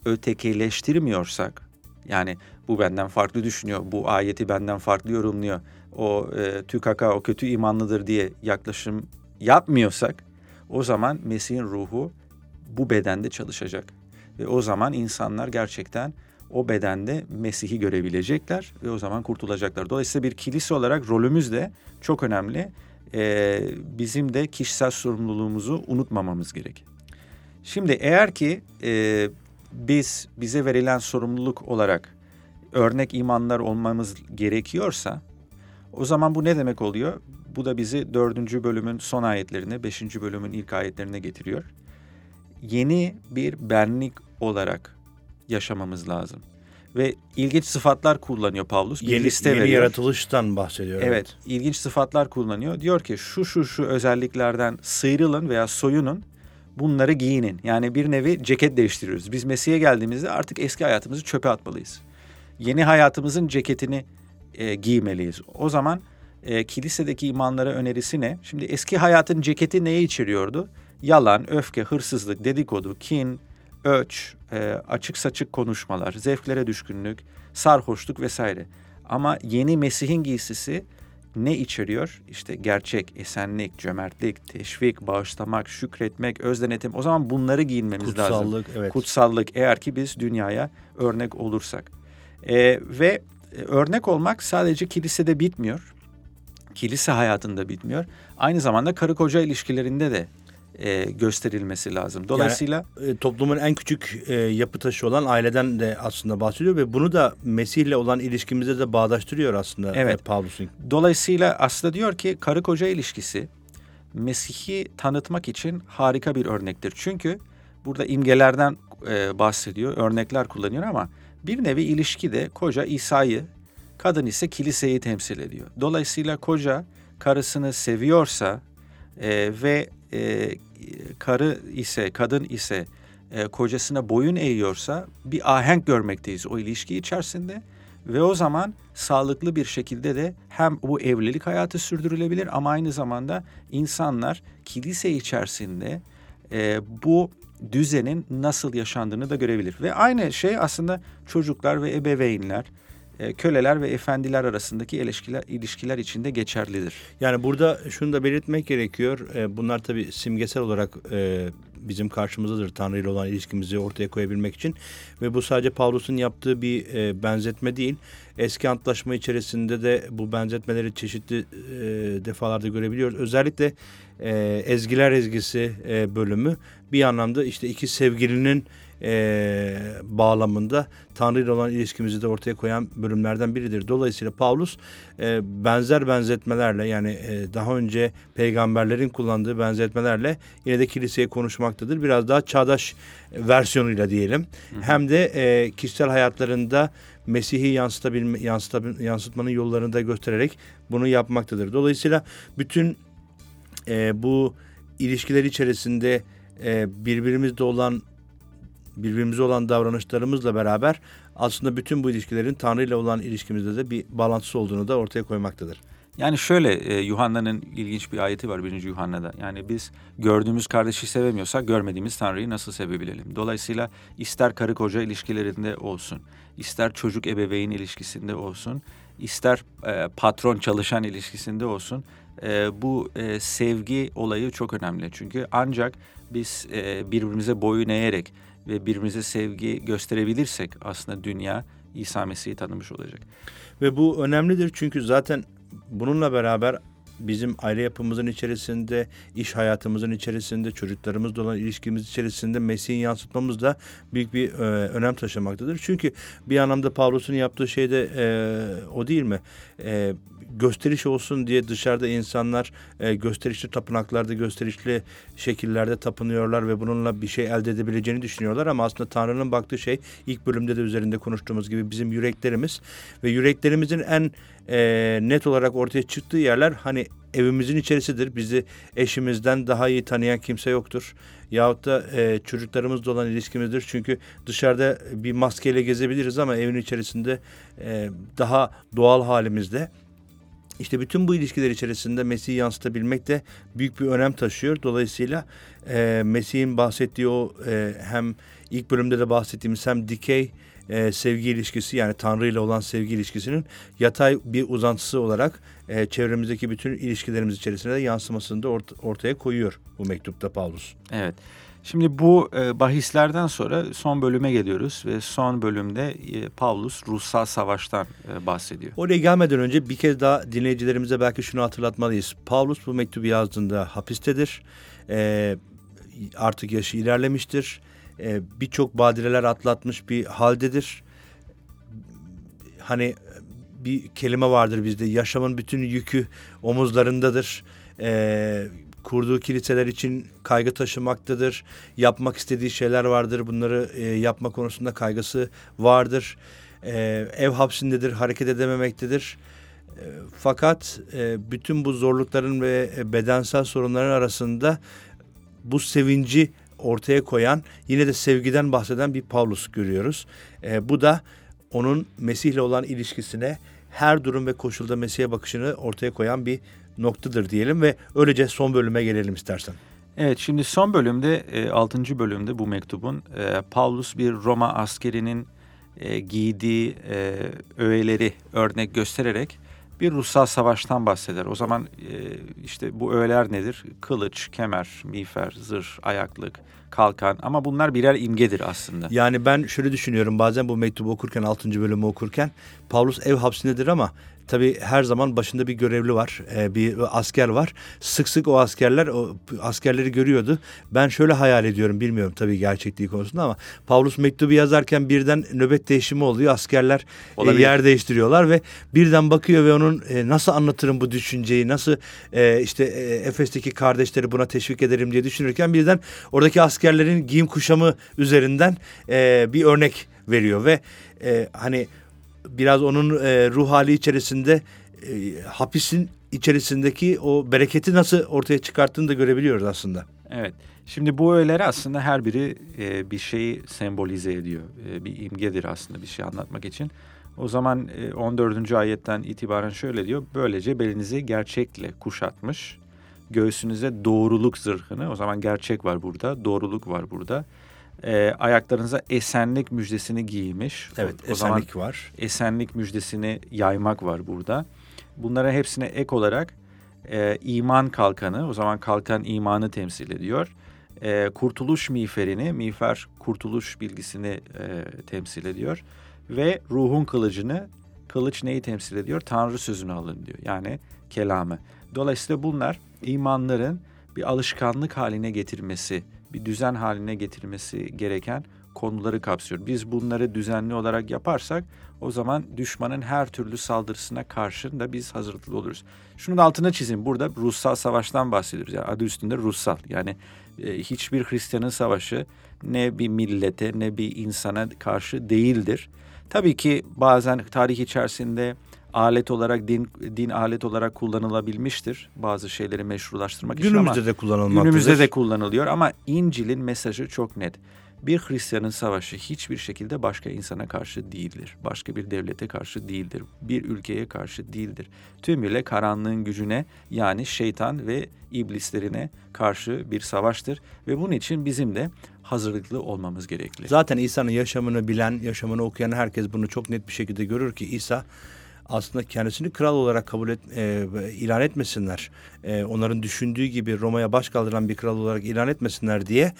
[SPEAKER 2] ötekileştirmiyorsak, yani bu benden farklı düşünüyor, bu ayeti benden farklı yorumluyor, o e, tükaka, o kötü imanlıdır diye yaklaşım yapmıyorsak, o zaman Mesih'in ruhu bu bedende çalışacak. Ve o zaman insanlar gerçekten o bedende Mesih'i görebilecekler ve o zaman kurtulacaklar. Dolayısıyla bir kilise olarak rolümüz de çok önemli. Ee, bizim de kişisel sorumluluğumuzu unutmamamız gerek. Şimdi eğer ki e, biz bize verilen sorumluluk olarak örnek imanlar olmamız gerekiyorsa, o zaman bu ne demek oluyor? Bu da bizi dördüncü bölümün son ayetlerine, beşinci bölümün ilk ayetlerine getiriyor. Yeni bir benlik olarak yaşamamız lazım. Ve ilginç sıfatlar kullanıyor Pavlus. Bir
[SPEAKER 1] Yeni,
[SPEAKER 2] liste
[SPEAKER 1] yeni
[SPEAKER 2] veriyor.
[SPEAKER 1] yaratılıştan bahsediyor.
[SPEAKER 2] Evet,
[SPEAKER 1] evet,
[SPEAKER 2] ilginç sıfatlar kullanıyor. Diyor ki şu şu şu özelliklerden sıyrılın veya soyunun, bunları giyinin. Yani bir nevi ceket değiştiriyoruz. Biz Mesih'e geldiğimizde artık eski hayatımızı çöpe atmalıyız. Yeni hayatımızın ceketini e, giymeliyiz. O zaman e, kilisedeki imanlara önerisi ne? Şimdi eski hayatın ceketi neyi içeriyordu? Yalan, öfke, hırsızlık, dedikodu, kin, öç, e, açık saçık konuşmalar, zevklere düşkünlük, sarhoşluk vesaire. Ama yeni Mesih'in giysisi ne içeriyor? İşte gerçek, esenlik, cömertlik, teşvik, bağışlamak, şükretmek, öz denetim. O zaman bunları giyinmemiz
[SPEAKER 1] Kutsallık,
[SPEAKER 2] lazım.
[SPEAKER 1] Kutsallık, evet.
[SPEAKER 2] Kutsallık, eğer ki biz dünyaya örnek olursak. E, ve örnek olmak sadece kilisede bitmiyor. Kilise hayatında bitmiyor. Aynı zamanda karı koca ilişkilerinde de e, gösterilmesi lazım. Dolayısıyla
[SPEAKER 1] yani, e, toplumun en küçük e, yapı taşı olan aileden de aslında bahsediyor ve bunu da Mesih'le olan ilişkimizde de bağdaştırıyor aslında
[SPEAKER 2] evet.
[SPEAKER 1] e, Pavlus'un.
[SPEAKER 2] Dolayısıyla aslında diyor ki karı koca ilişkisi Mesih'i tanıtmak için harika bir örnektir. Çünkü burada imgelerden e, bahsediyor, örnekler kullanıyor ama bir nevi ilişki de koca İsa'yı, kadın ise kiliseyi temsil ediyor. Dolayısıyla koca karısını seviyorsa e, ve e, karı ise, kadın ise e, kocasına boyun eğiyorsa bir ahenk görmekteyiz o ilişki içerisinde. Ve o zaman sağlıklı bir şekilde de hem bu evlilik hayatı sürdürülebilir ama aynı zamanda insanlar kilise içerisinde e, bu düzenin nasıl yaşandığını da görebilir. Ve aynı şey aslında çocuklar ve ebeveynler, e, köleler ve efendiler arasındaki ilişkiler, ilişkiler için de geçerlidir.
[SPEAKER 1] Yani burada şunu da belirtmek gerekiyor. E, bunlar tabii simgesel olarak e, bizim karşımızdadır Tanrı ile olan ilişkimizi ortaya koyabilmek için. Ve bu sadece Pavlus'un yaptığı bir e, benzetme değil. Eski antlaşma içerisinde de bu benzetmeleri çeşitli e, defalarda görebiliyoruz. Özellikle e, Ezgiler Ezgisi e, bölümü bir anlamda işte iki sevgilinin e, bağlamında Tanrı ile olan ilişkimizi de ortaya koyan bölümlerden biridir. Dolayısıyla Pavlus e, benzer benzetmelerle yani e, daha önce peygamberlerin kullandığı benzetmelerle yine de kiliseye konuşmaktadır. Biraz daha çağdaş versiyonuyla diyelim. Hı hı. Hem de e, kişisel hayatlarında Mesih'i yansıtabilme, yansıtabilme, yansıtmanın yollarını da göstererek bunu yapmaktadır. Dolayısıyla bütün e, bu ilişkiler içerisinde e, birbirimizle olan birbirimize olan davranışlarımızla beraber aslında bütün bu ilişkilerin Tanrı ile olan ilişkimizde de bir bağlantısı olduğunu da ortaya koymaktadır.
[SPEAKER 2] Yani şöyle e, Yuhanna'nın ilginç bir ayeti var birinci Yuhanna'da. Yani biz gördüğümüz kardeşi sevemiyorsak görmediğimiz Tanrı'yı nasıl sevebilelim? Dolayısıyla ister karı koca ilişkilerinde olsun, ister çocuk ebeveyn ilişkisinde olsun, ister e, patron çalışan ilişkisinde olsun, e, bu e, sevgi olayı çok önemli. Çünkü ancak biz e, birbirimize boyun eğerek ve birbirimize sevgi gösterebilirsek aslında dünya İsa Mesih'i tanımış olacak.
[SPEAKER 1] Ve bu önemlidir çünkü zaten bununla beraber bizim aile yapımızın içerisinde, iş hayatımızın içerisinde, çocuklarımızla olan ilişkimiz içerisinde Mesih'i yansıtmamız da büyük bir e, önem taşımaktadır. Çünkü bir anlamda Pavlus'un yaptığı şey de e, o değil mi? E, gösteriş olsun diye dışarıda insanlar e, gösterişli tapınaklarda, gösterişli şekillerde tapınıyorlar ve bununla bir şey elde edebileceğini düşünüyorlar. Ama aslında Tanrı'nın baktığı şey ilk bölümde de üzerinde konuştuğumuz gibi bizim yüreklerimiz ve yüreklerimizin en e, net olarak ortaya çıktığı yerler hani evimizin içerisidir. Bizi eşimizden daha iyi tanıyan kimse yoktur. Yahut da e, çocuklarımızla olan ilişkimizdir. Çünkü dışarıda bir maskeyle gezebiliriz ama evin içerisinde e, daha doğal halimizde. İşte bütün bu ilişkiler içerisinde Mesih'i yansıtabilmek de büyük bir önem taşıyor. Dolayısıyla e, Mesih'in bahsettiği o e, hem ilk bölümde de bahsettiğimiz hem dikey e, sevgi ilişkisi yani Tanrı ile olan sevgi ilişkisinin yatay bir uzantısı olarak e, çevremizdeki bütün ilişkilerimiz içerisinde de yansımasını da ort- ortaya koyuyor bu mektupta Pavlus.
[SPEAKER 2] Evet. Şimdi bu e, bahislerden sonra son bölüme geliyoruz ve son bölümde e, Pavlus ruhsal savaştan e, bahsediyor.
[SPEAKER 1] Oraya gelmeden önce bir kez daha dinleyicilerimize belki şunu hatırlatmalıyız. Pavlus bu mektubu yazdığında hapistedir. Ee, artık yaşı ilerlemiştir. Ee, Birçok badireler atlatmış bir haldedir. Hani bir kelime vardır bizde, yaşamın bütün yükü omuzlarındadır. Ee, kurduğu kiliseler için kaygı taşımaktadır. Yapmak istediği şeyler vardır. Bunları e, yapma konusunda kaygısı vardır. E, ev hapsindedir, hareket edememektedir. E, fakat e, bütün bu zorlukların ve bedensel sorunların arasında bu sevinci ortaya koyan, yine de sevgiden bahseden bir Pavlus görüyoruz. E, bu da onun Mesih'le olan ilişkisine, her durum ve koşulda Mesih'e bakışını ortaya koyan bir noktadır diyelim ve öylece son bölüme gelelim istersen.
[SPEAKER 2] Evet, şimdi son bölümde, altıncı bölümde bu mektubun e, Pavlus bir Roma askerinin e, giydiği e, öğeleri örnek göstererek bir ruhsal savaştan bahseder. O zaman e, işte bu öğeler nedir? Kılıç, kemer, miğfer, zırh, ayaklık, kalkan, ama bunlar birer imgedir aslında.
[SPEAKER 1] Yani ben şöyle düşünüyorum, bazen bu mektubu okurken, altıncı bölümü okurken, Pavlus ev hapsindedir ama tabii her zaman başında bir görevli var, bir asker var. Sık sık o askerler, o askerleri görüyordu. Ben şöyle hayal ediyorum, bilmiyorum tabii gerçekliği konusunda, ama Pavlus mektubu yazarken birden nöbet değişimi oluyor. Askerler Olabilir. yer değiştiriyorlar ve birden bakıyor ve onun nasıl anlatırım bu düşünceyi, nasıl işte Efes'teki kardeşleri buna teşvik ederim diye düşünürken birden oradaki askerlerin giyim kuşamı üzerinden bir örnek veriyor ve hani biraz onun e, ruh hali içerisinde e, hapisin içerisindeki o bereketi nasıl ortaya çıkarttığını da görebiliyoruz aslında.
[SPEAKER 2] Evet. Şimdi bu öğeleri aslında her biri e, bir şeyi sembolize ediyor. E, bir imgedir aslında bir şey anlatmak için. O zaman e, on dördüncü ayetten itibaren şöyle diyor. Böylece belinizi gerçekle kuşatmış, göğsünüze doğruluk zırhını, o zaman gerçek var burada, doğruluk var burada. E, ayaklarınıza esenlik müjdesini giymiş.
[SPEAKER 1] Evet,
[SPEAKER 2] o, o
[SPEAKER 1] esenlik
[SPEAKER 2] zaman
[SPEAKER 1] var.
[SPEAKER 2] Esenlik müjdesini yaymak var burada. Bunlara hepsine ek olarak e, iman kalkanı, o zaman kalkan imanı temsil ediyor. E, kurtuluş miğferini, miğfer kurtuluş bilgisini e, temsil ediyor. Ve ruhun kılıcını, kılıç neyi temsil ediyor? Tanrı sözünü alın diyor. Yani kelamı. Dolayısıyla bunlar imanların bir alışkanlık haline getirmesi, bir düzen haline getirmesi gereken konuları kapsıyor. Biz bunları düzenli olarak yaparsak o zaman düşmanın her türlü saldırısına karşı da biz hazırlıklı oluruz. Şunun altına çizeyim. Burada ruhsal savaştan bahsediyoruz. Yani adı üstünde ruhsal. Yani e, hiçbir Hristiyanın savaşı ne bir millete ne bir insana karşı değildir. Tabii ki bazen tarih içerisinde alet olarak, din din alet olarak kullanılabilmiştir. Bazı şeyleri meşrulaştırmak için, ama
[SPEAKER 1] günümüzde de kullanılmaktadır.
[SPEAKER 2] Günümüzde de kullanılıyor ama İncil'in mesajı çok net. Bir Hristiyanın savaşı hiçbir şekilde başka insana karşı değildir. Başka bir devlete karşı değildir. Bir ülkeye karşı değildir. Tümüyle karanlığın gücüne, yani şeytan ve iblislerine karşı bir savaştır. Ve bunun için bizim de hazırlıklı olmamız gerekli.
[SPEAKER 1] Zaten İsa'nın yaşamını bilen, yaşamını okuyan herkes bunu çok net bir şekilde görür ki İsa aslında kendisini kral olarak kabul et, e, ilan etmesinler. E, onların düşündüğü gibi Roma'ya baş kaldıran bir kral olarak ilan etmesinler diye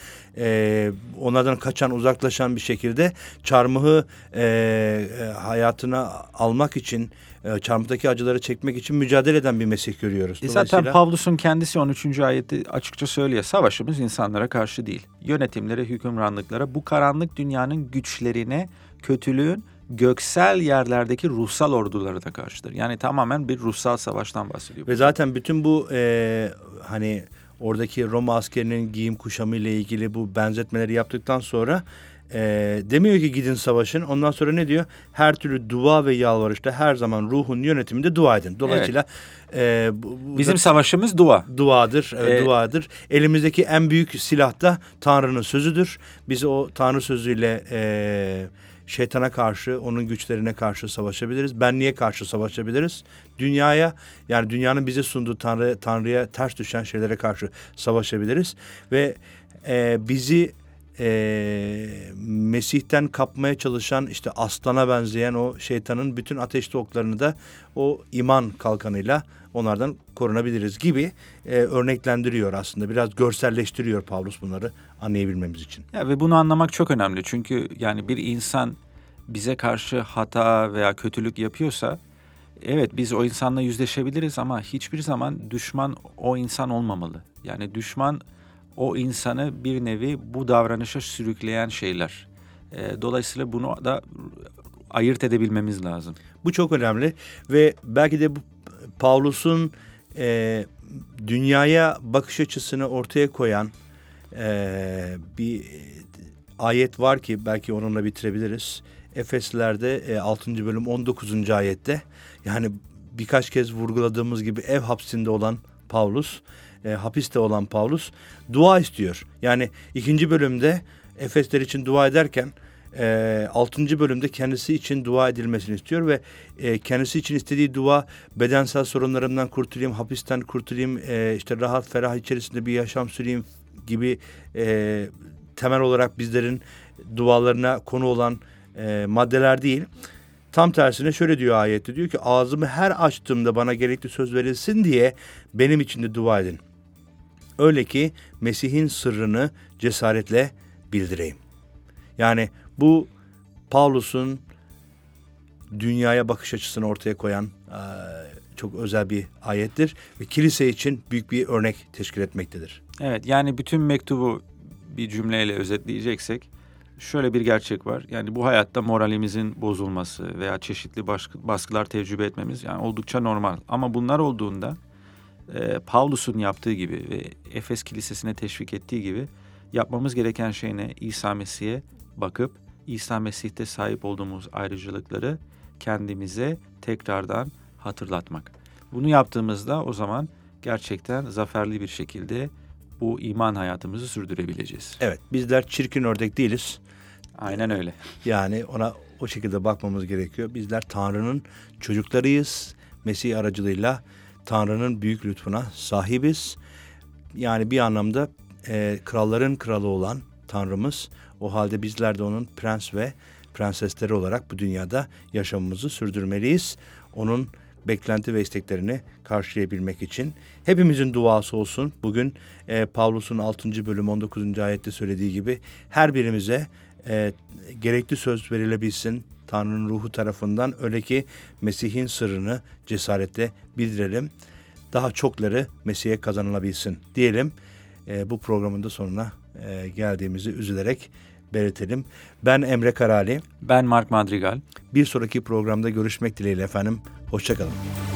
[SPEAKER 1] e, onlardan kaçan, uzaklaşan bir şekilde çarmıhı e, e, hayatına almak için, e, çarmıhtaki acıları çekmek için mücadele eden bir Mesih görüyoruz.
[SPEAKER 2] E zaten Pavlus'un kendisi on üçüncü ayette açıkça söylüyor. Savaşımız insanlara karşı değil. Yönetimlere, hükümranlıklara, bu karanlık dünyanın güçlerine, kötülüğün göksel yerlerdeki ruhsal ordulara da karşıdır. Yani tamamen bir ruhsal savaştan bahsediyor.
[SPEAKER 1] Ve zaten bütün bu e, hani oradaki Roma askerinin giyim kuşamı ile ilgili bu benzetmeleri yaptıktan sonra e, demiyor ki gidin savaşın. Ondan sonra ne diyor? Her türlü dua ve yalvarışta her zaman ruhun yönetiminde dua edin. Dolayısıyla evet. e, bu, bu
[SPEAKER 2] bizim savaşımız dua.
[SPEAKER 1] Duadır, e, ee, duadır. Elimizdeki en büyük silah da Tanrı'nın sözüdür. Biz o Tanrı sözüyle e, şeytana karşı, onun güçlerine karşı savaşabiliriz. Benliğe karşı savaşabiliriz. Dünyaya, yani dünyanın bize sunduğu Tanrı, Tanrı'ya ters düşen şeylere karşı savaşabiliriz. Ve e, bizi e, Mesih'ten kapmaya çalışan işte aslana benzeyen o şeytanın bütün ateşli oklarını da o iman kalkanıyla onlardan korunabiliriz gibi e, örneklendiriyor aslında. Biraz görselleştiriyor Pavlus bunları anlayabilmemiz için.
[SPEAKER 2] Ya ve bunu anlamak çok önemli. Çünkü yani bir insan bize karşı hata veya kötülük yapıyorsa evet biz o insanla yüzleşebiliriz ama hiçbir zaman düşman o insan olmamalı. Yani düşman o insanı bir nevi bu davranışa sürükleyen şeyler. E, dolayısıyla bunu da ayırt edebilmemiz lazım.
[SPEAKER 1] Bu çok önemli ve belki de bu Pavlus'un e, dünyaya bakış açısını ortaya koyan e, bir ayet var ki belki onunla bitirebiliriz. Efesliler'de e, altıncı bölüm on dokuzuncu ayette, yani birkaç kez vurguladığımız gibi ev hapsinde olan Pavlus, e, hapiste olan Pavlus dua istiyor. Yani ikinci bölümde Efesler için dua ederken e, altıncı bölümde kendisi için dua edilmesini istiyor ve e, kendisi için istediği dua bedensel sorunlarımdan kurtulayım, hapisten kurtulayım, e, işte rahat ferah içerisinde bir yaşam süreyim gibi e, temel olarak bizlerin dualarına konu olan e, maddeler değil. Tam tersine şöyle diyor ayette, diyor ki ağzımı her açtığımda bana gerekli söz verilsin diye benim için de dua edin. Öyle ki Mesih'in sırrını cesaretle bildireyim. Yani bu Pavlus'un dünyaya bakış açısını ortaya koyan e, çok özel bir ayettir ve kilise için büyük bir örnek teşkil etmektedir.
[SPEAKER 2] Evet, yani bütün mektubu bir cümleyle özetleyeceksek şöyle bir gerçek var. Yani bu hayatta moralimizin bozulması veya çeşitli baskılar tecrübe etmemiz yani oldukça normal. Ama bunlar olduğunda e, Pavlus'un yaptığı gibi ve Efes Kilisesi'ne teşvik ettiği gibi yapmamız gereken şey ne? İsa Mesih'e bakıp İsa Mesih'te sahip olduğumuz ayrıcalıkları kendimize tekrardan hatırlatmak. Bunu yaptığımızda o zaman gerçekten zaferli bir şekilde bu iman hayatımızı sürdürebileceğiz.
[SPEAKER 1] Evet, bizler çirkin ördek değiliz.
[SPEAKER 2] Aynen öyle.
[SPEAKER 1] Yani ona o şekilde bakmamız gerekiyor. Bizler Tanrı'nın çocuklarıyız. Mesih aracılığıyla Tanrı'nın büyük lütfuna sahibiz. Yani bir anlamda e, kralların kralı olan Tanrımız. O halde bizler de onun prens ve prensesleri olarak bu dünyada yaşamımızı sürdürmeliyiz. Onun beklenti ve isteklerini karşılayabilmek için hepimizin duası olsun. Bugün e, Pavlus'un altıncı bölüm on dokuzuncu ayette söylediği gibi her birimize e, gerekli söz verilebilsin Tanrı'nın ruhu tarafından, öyle ki Mesih'in sırrını cesaretle bildirelim. Daha çokları Mesih'e kazanılabilsin diyelim. E, bu programın da sonuna e, geldiğimizi üzülerek belirtelim. Ben Emre Karali.
[SPEAKER 2] Ben Mark Madrigal.
[SPEAKER 1] Bir sonraki programda görüşmek dileğiyle efendim. Hoşça kalın.